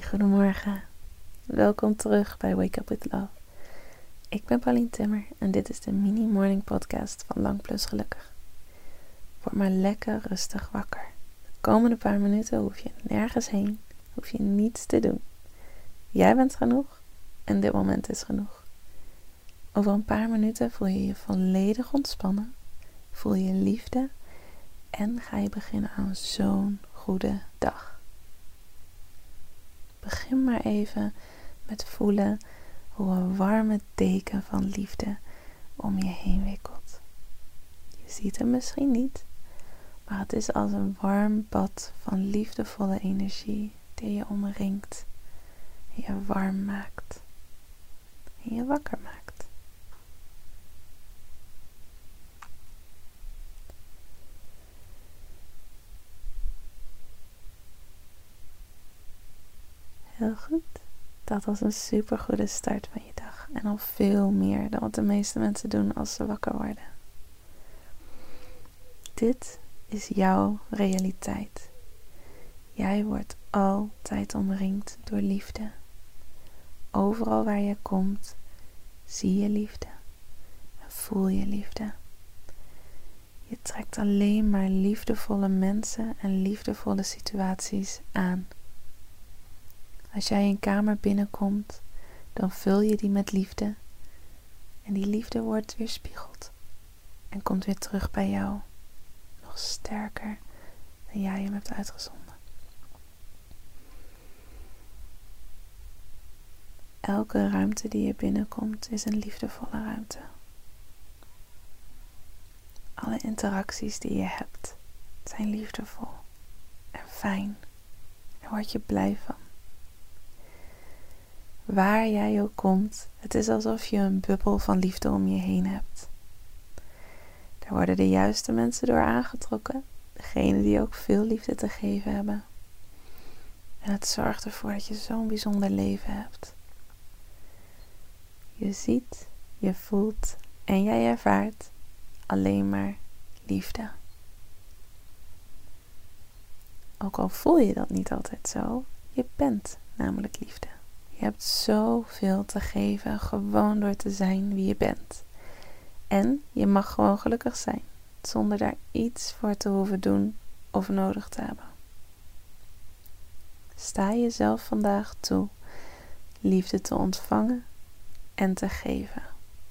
Goedemorgen. Welkom terug bij Wake Up With Love. Ik ben Pauline Timmer en dit is de mini morning podcast van Lang Plus Gelukkig. Word maar lekker rustig wakker. De komende paar minuten hoef je nergens heen, hoef je niets te doen. Jij bent genoeg en dit moment is genoeg. Over een paar minuten voel je je volledig ontspannen, voel je liefde en ga je beginnen aan zo'n goede dag. Begin maar even met voelen hoe een warme deken van liefde om je heen wikkelt. Je ziet hem misschien niet, maar het is als een warm bad van liefdevolle energie die je omringt, en je warm maakt en je wakker maakt. Heel goed. Dat was een super goede start van je dag. En al veel meer dan wat de meeste mensen doen als ze wakker worden. Dit is jouw realiteit. Jij wordt altijd omringd door liefde. Overal waar je komt, zie je liefde. En voel je liefde. Je trekt alleen maar liefdevolle mensen en liefdevolle situaties aan. Als jij een kamer binnenkomt, dan vul je die met liefde. En die liefde wordt weerspiegeld. En komt weer terug bij jou. Nog sterker dan jij hem hebt uitgezonden. Elke ruimte die je binnenkomt is een liefdevolle ruimte. Alle interacties die je hebt zijn liefdevol en fijn. Daar word je blij van. Waar jij ook komt, het is alsof je een bubbel van liefde om je heen hebt. Daar worden de juiste mensen door aangetrokken, degenen die ook veel liefde te geven hebben. En het zorgt ervoor dat je zo'n bijzonder leven hebt. Je ziet, je voelt en jij ervaart alleen maar liefde. Ook al voel je dat niet altijd zo, je bent namelijk liefde. Je hebt zoveel te geven, gewoon door te zijn wie je bent. En je mag gewoon gelukkig zijn, zonder daar iets voor te hoeven doen of nodig te hebben. Sta jezelf vandaag toe, liefde te ontvangen en te geven.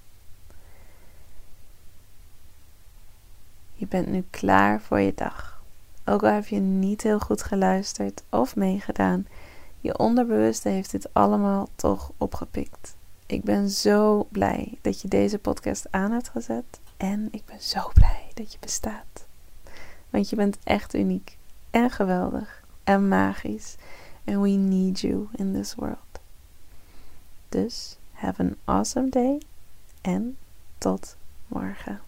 Je bent nu klaar voor je dag. Ook al heb je niet heel goed geluisterd of meegedaan, je onderbewuste heeft dit allemaal toch opgepikt. Ik ben zo blij dat je deze podcast aan hebt gezet. En ik ben zo blij dat je bestaat. Want je bent echt uniek en geweldig en magisch. And we need you in this world. Dus have an awesome day en tot morgen.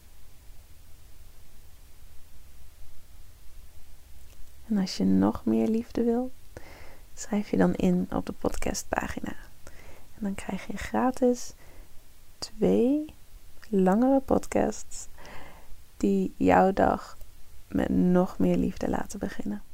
En als je nog meer liefde wil, schrijf je dan in op de podcastpagina. En dan krijg je gratis 2 langere podcasts die jouw dag met nog meer liefde laten beginnen.